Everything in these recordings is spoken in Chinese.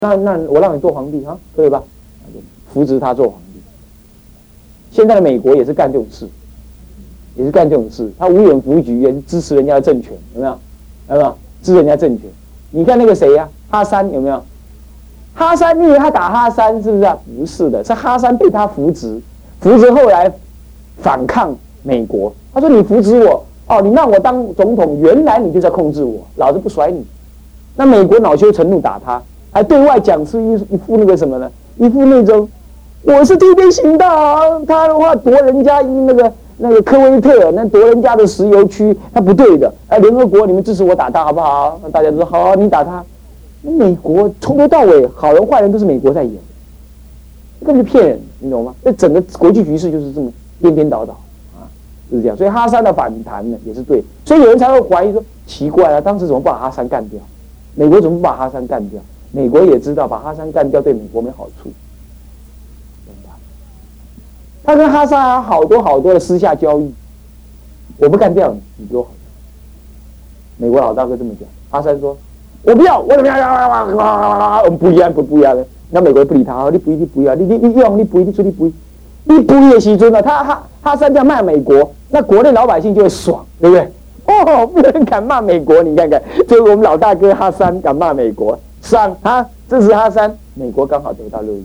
那我让你做皇帝啊，可以吧？扶植他做皇帝。现在的美国也是干这种事，也是干这种事。他无远弗局，也是支持人家的政权，有没有？有没有支持人家政权？你看那个谁呀、哈山有没有？哈山，你以为他打哈山是不是啊？不是的，是哈山被他扶植，扶植后来反抗美国。他说：“你扶植我，哦，你让我当总统，原来你就在控制我，老子不甩你。”那美国恼羞成怒打他，还对外讲出一副那个什么呢？一副那种我是替天行道，他的话夺人家那个科威特，那夺人家的石油区，他不对的。联合国你们支持我打他好不好？那大家都说好，你打他。那美国从头到尾好人坏人都是美国在演，根本就骗人，你懂吗？这整个国际局势就是这么颠颠倒倒啊，就是这样。所以哈山的反弹呢也是对，所以有人才会怀疑说奇怪啊，当时怎么不把哈山干掉？美国怎么不把哈山干掉？美国也知道把哈山干掉对美国没好处，懂吧？他跟哈山有好多的私下交易，我不干掉你，你给我好。美国老大哥这么讲，哈山说。我不要，我怎么样？我们不一样，不一样的。那美国不理他，你不要，你用，你不一，你不也时阵啊？哈山这样骂美国，那国内老百姓就会爽，对不对？哦，没人敢骂美国，你看看，就是我们老大哥哈山敢骂美国，爽啊！支持哈山，美国刚好得到利益，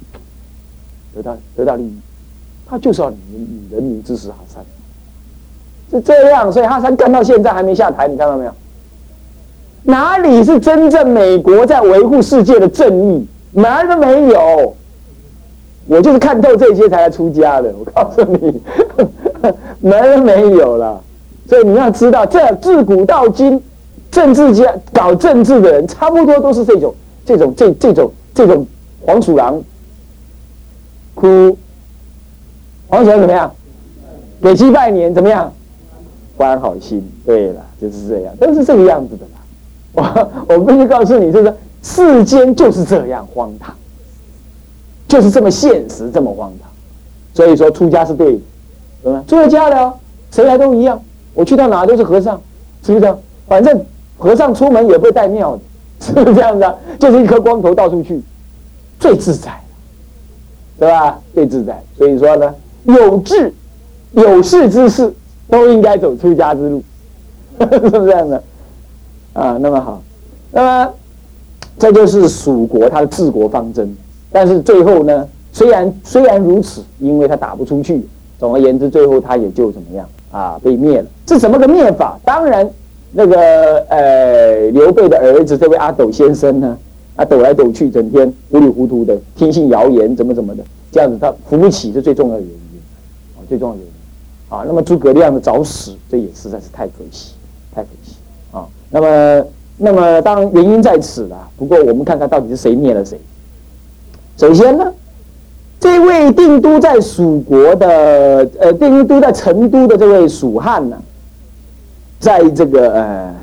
得到利益，他就是要你人民支持哈山，是这样，所以哈山干到现在还没下台，你看到没有？哪里是真正美国在维护世界的正义？哪儿都没有。我就是看透这些才来出家的。我告诉你，哪儿都没有了。所以你要知道，这自古到今，政治家搞政治的人，差不多都是这种黄鼠狼哭，黄鼠狼怎么样？给鸡拜年怎么样？关好心。对了，就是这样，都是这个样子的啦。我必须告诉你，就是世间就是这样荒唐，就是这么现实，这么荒唐。所以说出家是对的，对吧？出了家了，谁来都一样。我去到哪都是和尚，是不是？反正和尚出门也不会带庙的，是不是这样的？就是一颗光头到处去，最自在，对吧？最自在。所以说呢，有识之士都应该走出家之路，是不是这样的？啊，那么好，那么这就是蜀国他的治国方针。但是最后呢，虽然如此，因为他打不出去，总而言之，最后他也就怎么样啊，被灭了。是怎么个灭法？当然，那个刘备的儿子这位阿斗先生呢，抖来抖去，整天糊里糊涂的，听信谣言，怎么的，这样子他扶不起是最重要的原因啊，最重要的原因啊。那么诸葛亮的早死，这也实在是太可惜，太可惜。啊，那么当然原因在此啦。不过我们看看到底是谁灭了谁。首先呢，这位定都在蜀国的定都在成都的这位蜀汉呢，在这个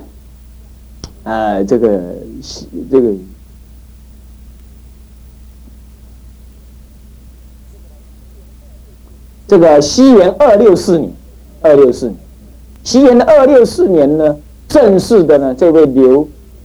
这个西元264年，264年，西元的264年呢。正式的呢，这位刘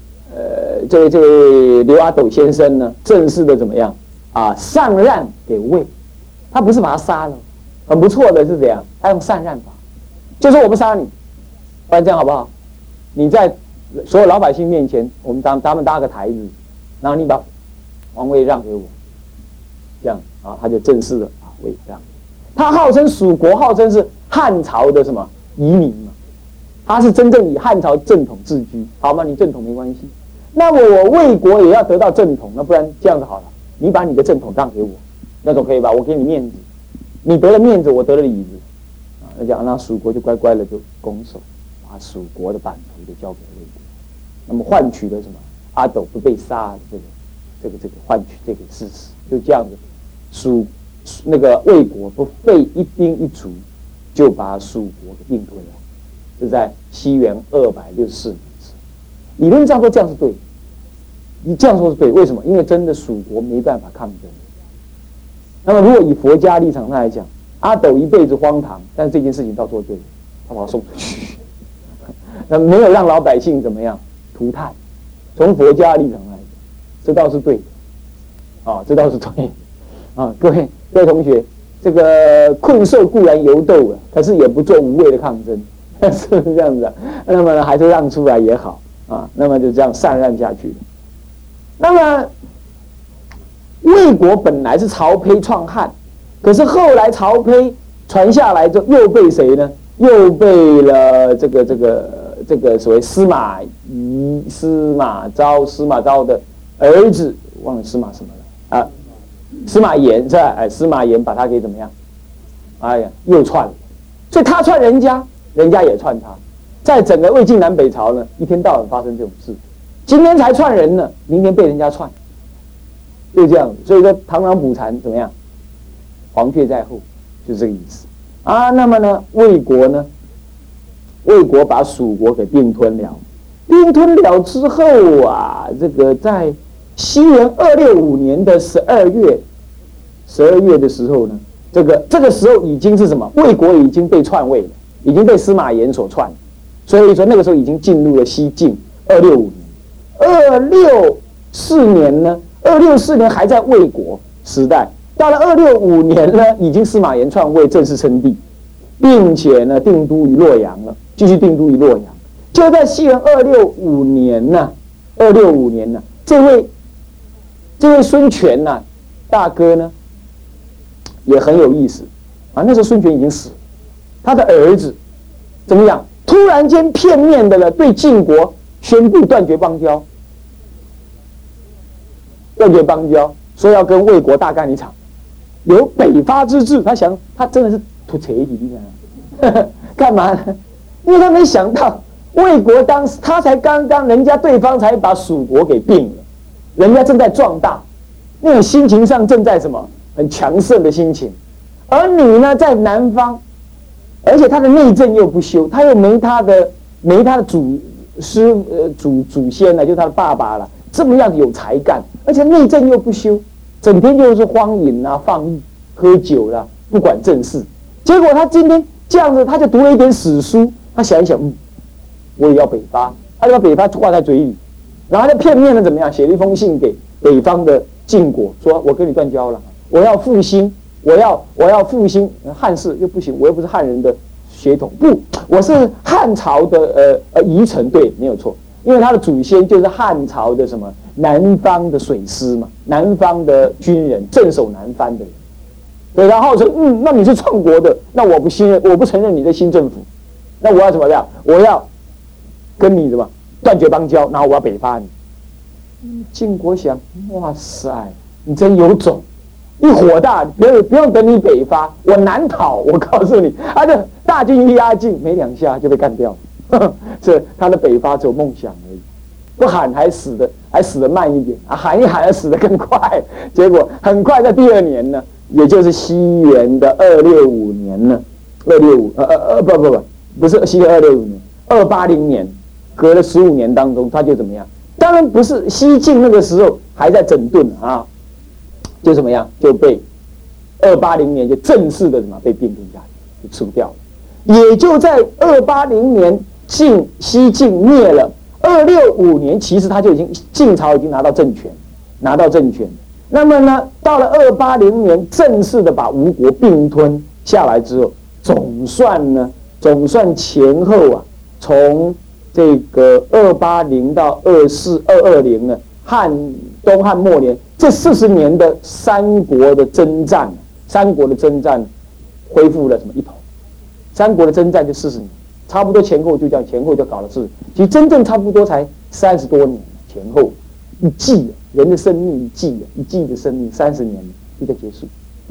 阿斗先生呢，正式的怎么样啊？禅让给魏，他不是把他杀了，很不错的是怎样？他用禅让法，就是我不杀你，不然这样好不好？你在所有老百姓面前，我们咱们搭个台子，然后你把皇位让给我，这样啊，他就正式的啊位让。他号称蜀国，号称是汉朝的什么移民嘛。他是真正以汉朝正统自居，好吗？你正统没关系，那么我魏国也要得到正统，那不然这样子好了，你把你的正统让给我，那总可以吧？我给你面子，你得了面子，我得了里子，啊，那这样，那蜀国就乖乖的就拱手，把蜀国的版图就交给魏国，那么换取了什么？阿斗不被杀的这个换取这个事实，就这样子，那个魏国不费一兵一卒，就把蜀国给并吞了。是在西元264年，理论上说这样是对的，你这样说是对，为什么？因为真的蜀国没办法抗争。那么如果以佛家立场上来讲，阿斗一辈子荒唐，但是这件事情倒做对了，他把他送出去，那没有让老百姓怎么样涂炭。从佛家立场来讲，这倒是对的。 啊，这倒是对啊。各位同学，这个困兽固然犹斗了，可是也不做无谓的抗争，是不是这样子啊？那么呢，还是让出来也好啊。那么就这样散让下去。那么魏国本来是曹丕创汉，可是后来曹丕传下来之后，又被谁呢？又被了这个所谓司马懿、司马昭的儿子，忘了司马什么了啊？司马炎是吧？哎，司马炎把他给怎么样？哎呀，又篡了。所以他篡人家，人家也篡他。在整个魏晋南北朝呢，一天到晚发生这种事。今天才篡人呢，明天被人家篡，就这样。所以说螳螂捕蝉怎么样？黄雀在后，就是这个意思啊。那么呢，魏国把蜀国给并吞了。并吞了之后啊，这个在西元265年的12月的时候呢，这个时候已经是什么？魏国已经被篡位了，已经被司马炎所篡，所以说那个时候已经进入了西晋265年。264年呢，264年还在魏国时代，到了265年呢，已经司马炎篡位，正式称帝，并且呢定都于洛阳了，继续定都于洛阳。就在西元265年呢，这位孙权呐，大哥呢也很有意思啊。那时候孙权已经死了，他的儿子怎么样？突然间片面的了对晋国宣布断绝邦交，说要跟魏国大干一场，有北伐之志。他真的是土贼体，你看，干嘛呢？因为他没想到魏国当时他才刚刚，人家对方才把蜀国给并了，人家正在壮大，那种心情上正在什么很强盛的心情，而你呢在南方，而且他的内政又不修，他又没他的祖先呢，就是他的爸爸了，这么样有才干，而且内政又不修，整天就是荒淫啊、放逸、喝酒啦，不管政事。结果他今天这样子，他就读了一点史书，他想一想，我也要北伐，他就把北伐挂在嘴里，然后他就片面的怎么样，写了一封信给北方的晋国，说我跟你断交了，我要复兴，我要复兴汉室，又不行，我又不是汉人的血统，不，我是汉朝的遗臣，对，没有错，因为他的祖先就是汉朝的什么南方的水师嘛，南方的军人，镇守南方的人，对，然后说那你是创国的，那我不信任，我不承认你的新政府，那我要怎么样？我要跟你什么断绝邦交，然后我要北伐你。晋国想，哇塞，你真有种！一火大，不用等你北伐，我南讨，我告诉你，他就大军一压境，没2下就被干掉了。这他的北伐只有梦想而已，不喊还死得慢一点，喊一喊还死得更快。结果很快在第2年呢，也就是西元的265年呢不是西元265年，280年，隔了15年当中，他就怎么样？当然不是西晋那个时候还在整顿啊，就怎么样就被280年就正式的什么被并吞下去，就吃不掉了。也就在280年西晋灭了，265年其实他就已经晋朝已经拿到政权。那么呢，到了280年正式的把吴国并吞下来之后，总算前后啊，从这个280到220呢，东汉末年这40年的三国的征战恢复了什么一统？三国的征战就40年，差不多前后就搞了40年，其实真正差不多才30多年前后，一季人的生命一季的生命30年就在结束，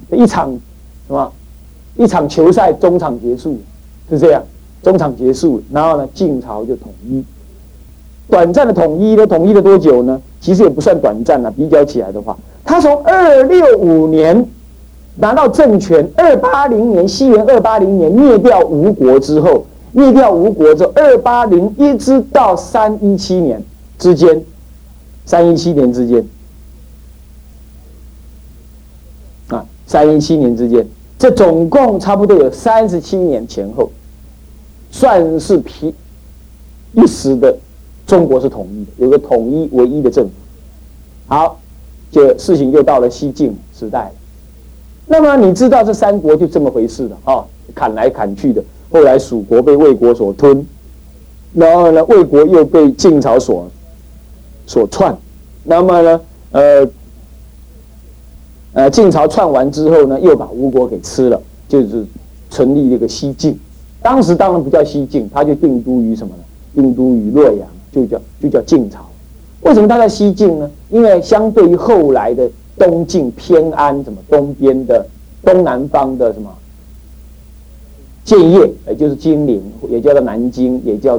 一场球赛中场结束是这样。中场结束，然后呢，晋朝就统一。短暂的统一了多久呢？其实也不算短暂了，比较起来的话，他从265年拿到政权，280年西元280年灭掉吴国之后，280一直到317年之间，317年之间，这总共差不多有37年前后。算是一时的中国是统一的，有个统一唯一的政府。好， 就事情就到了西晋时代了。那么你知道这三国就这么回事了啊，砍来砍去的。后来蜀国被魏国所吞，然后呢，魏国又被晋朝所篡。那么呢，晋朝篡完之后呢，又把吴国给吃了，就是成立这个西晋。当时当然不叫西晋，它就定都于什么呢？定都于洛阳，就叫晋朝。为什么它叫西晋呢？因为相对于后来的东晋偏安什么东边的东南方的什么建业，也就是金陵，也叫做南京，也叫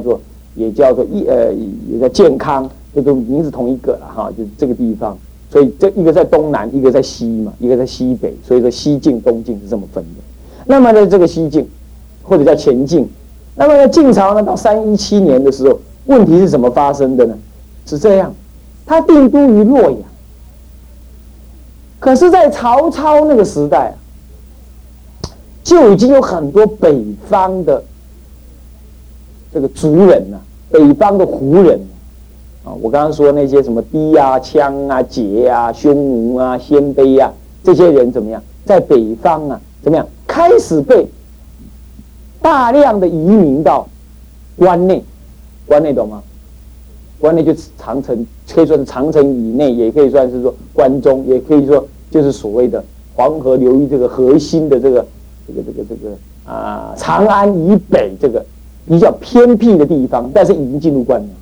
建康，这个名字同一个了哈，就是这个地方。所以这一个在东南，一个在西嘛，一个在西北，所以说西晋、东晋是这么分的。那么呢，这个西晋或者叫前晋，那么呢，晋朝呢到317年的时候，问题是怎么发生的呢？是这样，他定都于洛阳。可是，在曹操那个时代就已经有很多北方的这个族人呐，北方的胡人啊，我刚刚说那些什么氐啊、羌啊、羯啊、匈奴啊、鲜卑啊，这些人怎么样？在北方啊，怎么样？开始被大量的移民到关内，关内懂吗？关内就长城，可以说是长城以内，也可以算是说关中，也可以说就是所谓的黄河流域这个核心的这个长安以北这个比较偏僻的地方，但是已经进入关内。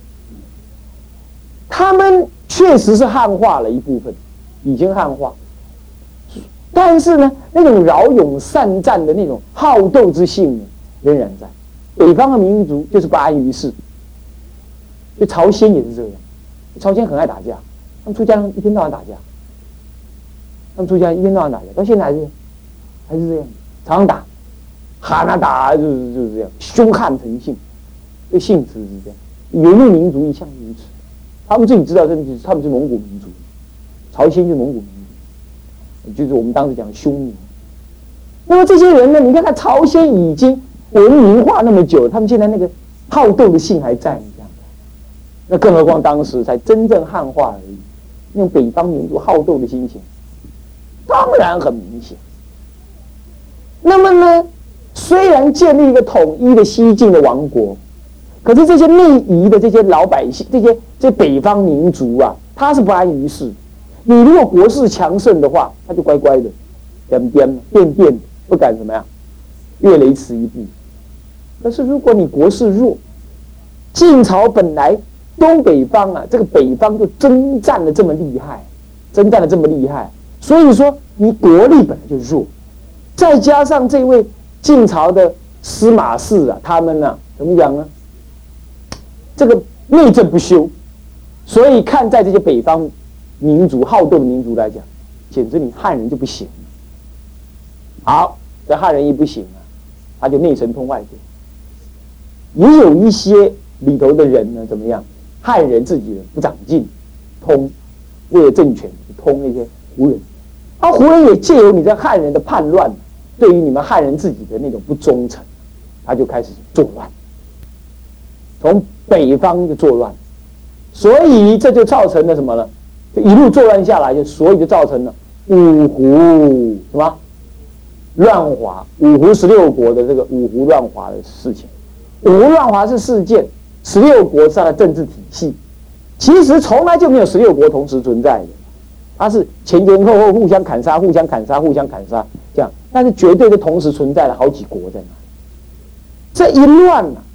他们确实是汉化了一部分，已经汉化，但是呢，那种骁勇善战的那种好斗之性呢，仍然在。北方的民族就是不安于世。就朝鲜也是这样，朝鲜很爱打架，他们出家人一天到晚打架，到现在还是这样，常常打，喊啊打就是这样，凶悍成性，这性质是这样。游牧民族一向如此，他们自己知道，他们是蒙古民族，朝鲜是蒙古民族，就是我们当时讲的匈奴。那么这些人呢，你看看朝鲜已经文明化那么久，他们现在那个好斗的性还在。那更何况当时才真正汉化而已，那种北方民族好斗的心情，当然很明显。那么呢，虽然建立一个统一的西晋的王国，可是这些内夷的这些老百姓，这北方民族啊，他是不安于世。你如果国势强盛的话，他就乖乖的，垫的，不敢怎么样，越雷池一步。可是如果你国势弱，晋朝本来东北方啊，这个北方就征战的这么厉害，所以说你国力本来就弱，再加上这位晋朝的司马氏啊，他们呢怎么讲呢？这个内政不修，所以看在这些北方民族好斗的民族来讲，简直你汉人就不行了。好，这汉人一不行啊，他就内神通外鬼，也有一些里头的人呢，怎么样？汉人自己人不长进，为了政权通那些胡人，胡人也借由你这汉人的叛乱，对于你们汉人自己的那种不忠诚，他就开始作乱，从北方就作乱，所以这就造成了什么呢？就一路作乱下来，所以就造成了五胡什么乱华，五胡16国的这个五胡乱华的事情。五胡乱华是事件，16国是它的政治体系，其实从来就没有16国同时存在的，它是前前后后互相砍杀这样，但是绝对是同时存在了好几国在那。这一乱啊，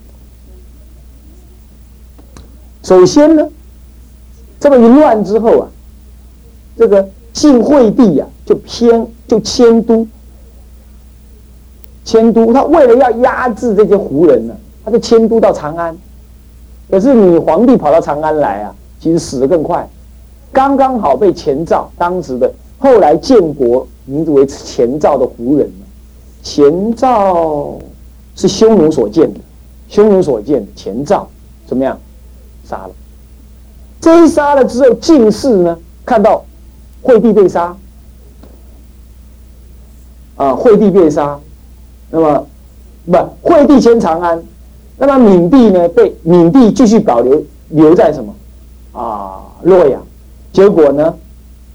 首先呢，这么一乱之后啊，这个晋惠帝啊就迁都，他为了要压制这些胡人呢，他就迁都到长安。可是你皇帝跑到长安来啊，其实死得更快，刚刚好被前赵当时的后来建国名字为前赵的胡人，前赵是匈奴所建的，前赵怎么样杀了？这一杀了之后，晋士呢看到惠帝被杀，那么惠帝迁长安，那么闵帝呢闵帝继续留在什么洛阳，结果呢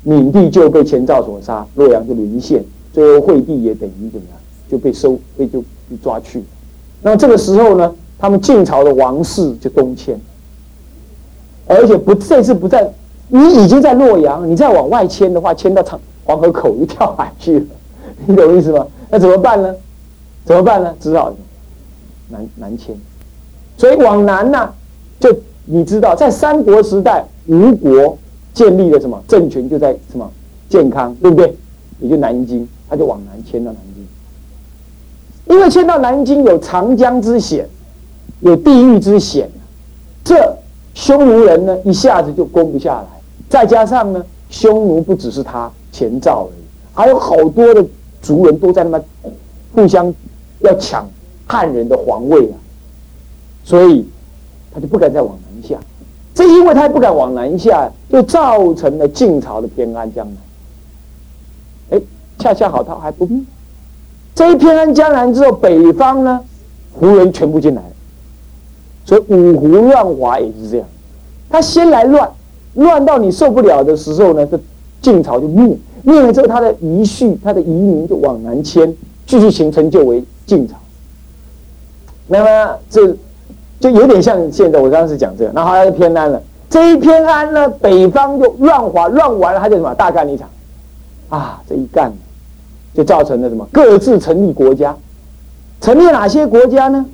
闽地就被前赵所杀，洛阳就沦陷，最后惠帝也等于怎么样，就被抓去。那么这个时候呢，他们晋朝的王室就东迁，而且这次不在，你已经在洛阳，你再往外迁的话，迁到黄河口就跳海去了，你懂意思吗？那怎么办呢？只好南迁。所以往南呢，就你知道，在三国时代，吴国建立了什么政权，就在什么建康，对不对？也就南京，他就往南迁到南京。因为迁到南京有长江之险，有地域之险，这匈奴人呢一下子就攻不下来。再加上呢，匈奴不只是他前赵而已，还有好多的族人都在那么互相要抢汉人的皇位啊，所以他就不敢再往南下。正因为他不敢往南下，就造成了晋朝的偏安江南。恰恰好他还不密。这一偏安江南之后，北方呢，胡人全部进来了，所以五胡乱华也是这样。他先来乱到你受不了的时候呢，这晋朝就灭了之后，他的遗绪、他的移民就往南迁，继续成就为晋朝。那么这就有点像现在我刚刚是讲这个，然后他就偏安了。这一偏安呢，北方就乱完了，他就什么大干一场啊！这一干就造成了什么？各自成立国家，成立哪些国家呢？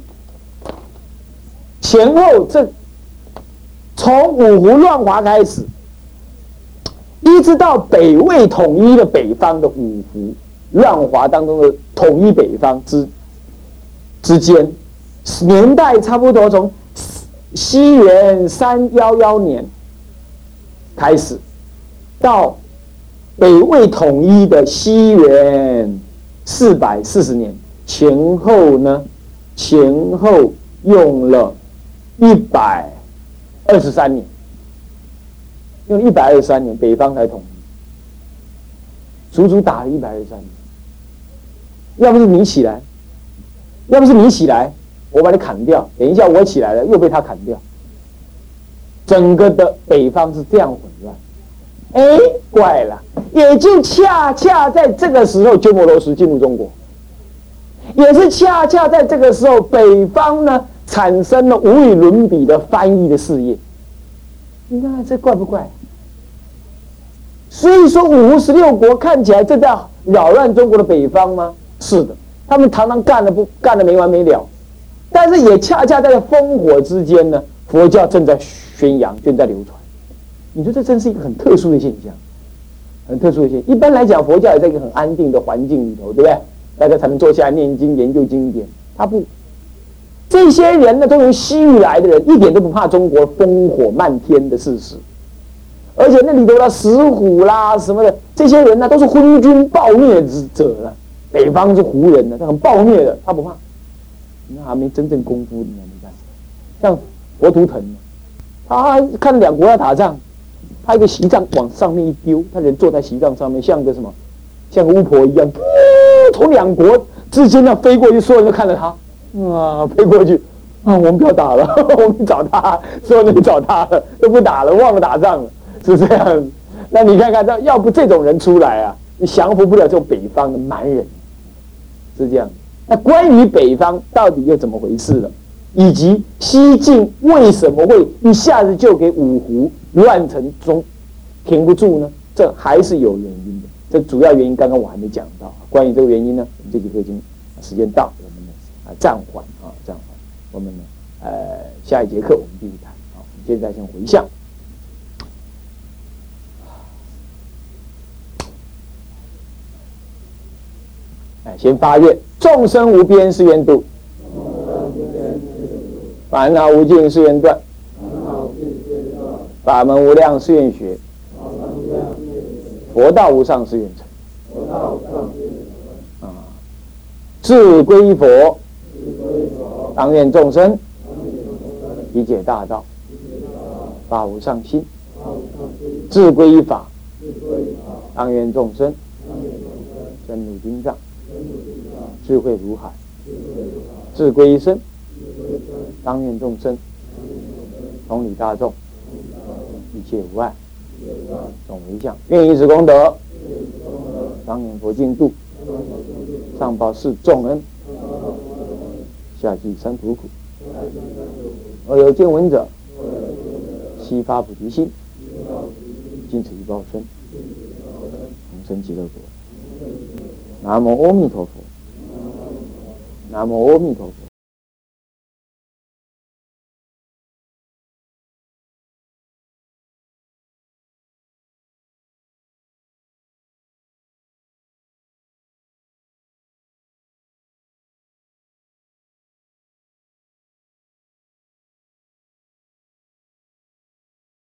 前后从五胡乱华开始，一直到北魏统一的北方的五胡乱华当中的统一北方之间，年代差不多从西元311年开始，到北魏统一的西元440年前后呢，用了123年，用了123年，北方才统一，足足打了123年。要不是你起来，我把你砍掉，等一下我起来了又被他砍掉，整个的北方是这样混乱。怪了，也就恰恰在这个时候，鸠摩罗什进入中国，也是恰恰在这个时候，北方呢产生了无与伦比的翻译的事业。你看这怪不怪？所以说五胡16国看起来正在扰乱中国的北方吗？是的，他们常常干得没完没了，但是也恰恰在烽火之间呢，佛教正在宣扬，正在流传。你说这真是一个很特殊的现象，很特殊的现象。一般来讲，佛教也在一个很安定的环境里头，对不对？大家才能坐下来念经、研究经典。他不，这些人呢，都从西域来的人，一点都不怕中国烽火漫天的事实。而且那里头的石虎啦什么的，这些人呢，都是昏君暴虐之者了。北方是胡人呢，他很暴虐的，他不怕。那还没真正功夫，你还没干。像佛图腾，他看两国要打仗。他一个席帐往上面一丢，他人坐在席帐上面，像个巫婆一样，从两国之间那飞过去，所有人都看着他，飞过去，我们不要打了，我们找他，所有人都找他了，都不打了，忘了打仗了，是这样。那你看看，要不这种人出来啊，你降服不了这种北方的蛮人，是这样。那关于北方到底又怎么回事了？以及西晋为什么会一下子就给五胡乱成中停不住呢？这还是有原因的。这主要原因刚刚我还没讲到。关于这个原因呢，我们这节课已经时间到，我们呢暂缓。我们呢下一节课我们继续谈。我们现在先回向。先发愿，众生无边誓愿度。烦恼无尽誓愿断，法门无量誓愿学，佛道无上誓愿成。志归佛，当愿众生理解大道，法无上心；志归法，当愿众生深入经藏，智慧如海；志归身，当愿众生同理大众，一切无碍。 总为相，愿以此功德，当念佛净土，上报四重恩，下济三途苦。而有见闻者，悉发菩提心，尽此一报身，同生极乐国。南无阿弥陀佛。南无阿弥陀佛。